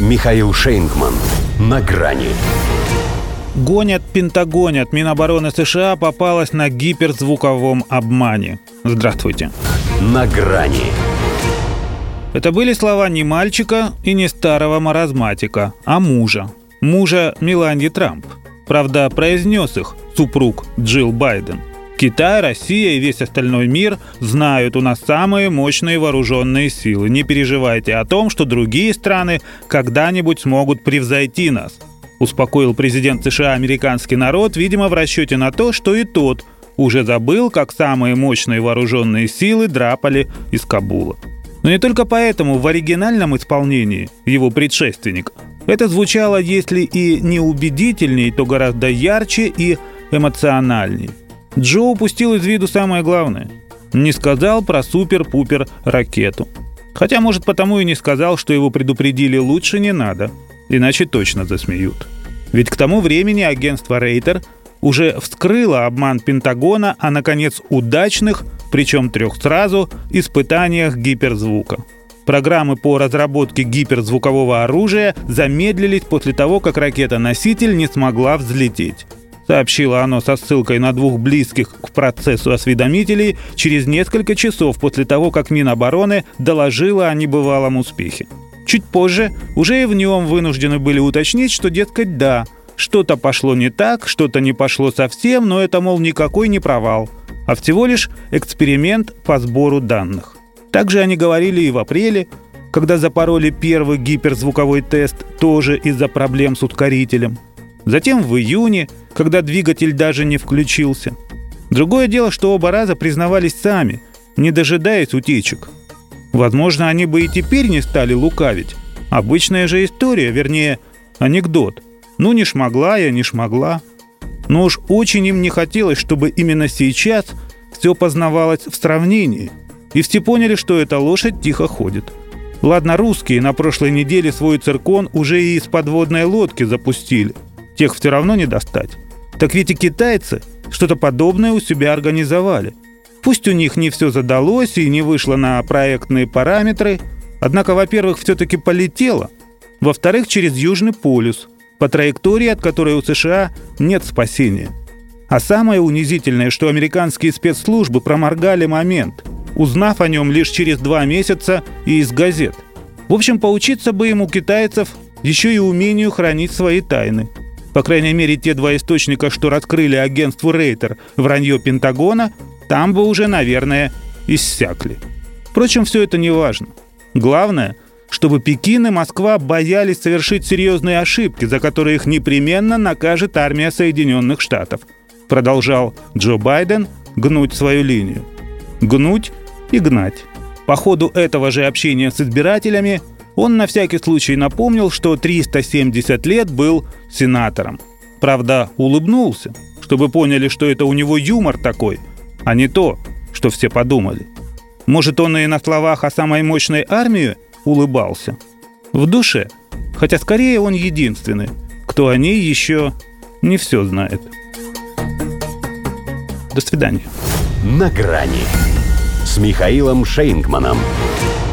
Михаил Шейнгман. На грани. Пентагонят. Минобороны США попалась на гиперзвуковом обмане. Здравствуйте. На грани. Это были слова не мальчика и не старого маразматика, а мужа. Мужа Меланьи Трамп. Правда, произнес их супруг Джилл Байден. Китай, Россия и весь остальной мир знают, у нас самые мощные вооруженные силы. Не переживайте о том, что другие страны когда-нибудь смогут превзойти нас. Успокоил президент США американский народ, видимо, в расчете на то, что и тот уже забыл, как самые мощные вооруженные силы драпали из Кабула. Но не только поэтому в оригинальном исполнении его предшественника это звучало, если и не убедительней, то гораздо ярче и эмоциональней. Джо упустил из виду самое главное. Не сказал про супер-пупер ракету. Хотя, может, потому и не сказал, что его предупредили лучше не надо, иначе точно засмеют. Ведь к тому времени агентство Рейтер уже вскрыло обман Пентагона о, наконец, удачных, причем 3 сразу, испытаниях гиперзвука. Программы по разработке гиперзвукового оружия замедлились после того, как ракета-носитель не смогла взлететь. Сообщило оно со ссылкой на 2 близких к процессу осведомителей через несколько часов после того, как Минобороны доложила о небывалом успехе. Чуть позже уже и в нем вынуждены были уточнить, что, дескать, да, что-то пошло не так, что-то не пошло совсем, но это, мол, никакой не провал, а всего лишь эксперимент по сбору данных. Также они говорили и в апреле, когда запороли первый гиперзвуковой тест, тоже из-за проблем с ускорителем. Затем в июне, когда двигатель даже не включился. Другое дело, что оба раза признавались сами, не дожидаясь утечек. Возможно, они бы и теперь не стали лукавить. Обычная же история, вернее, анекдот. Ну, не шмогла я, не шмогла. Но уж очень им не хотелось, чтобы именно сейчас все познавалось в сравнении. И все поняли, что эта лошадь тихо ходит. Ладно, русские на прошлой неделе свой циркон уже и из подводной лодки запустили. Тех все равно не достать. Так ведь и китайцы что-то подобное у себя организовали. Пусть у них не все задалось и не вышло на проектные параметры, однако, во-первых, все-таки полетело, во-вторых, через Южный полюс, по траектории, от которой у США нет спасения. А самое унизительное, что американские спецслужбы проморгали момент, узнав о нем лишь через 2 месяца и из газет. В общем, поучиться бы ему китайцев еще и умению хранить свои тайны. По крайней мере, те 2 источника, что раскрыли агентству Рейтер вранье Пентагона, там бы уже, наверное, иссякли. Впрочем, все это не важно. Главное, чтобы Пекин и Москва боялись совершить серьезные ошибки, за которые их непременно накажет армия Соединенных Штатов. Продолжал Джо Байден гнуть свою линию. Гнуть и гнать. По ходу этого же общения с избирателями он на всякий случай напомнил, что 370 лет был сенатором. Правда, улыбнулся, чтобы поняли, что это у него юмор такой, а не то, что все подумали. Может, он и на словах о самой мощной армии улыбался? В душе. Хотя скорее он единственный, кто о ней еще не все знает. До свидания. На грани с Михаилом Шейнгманом.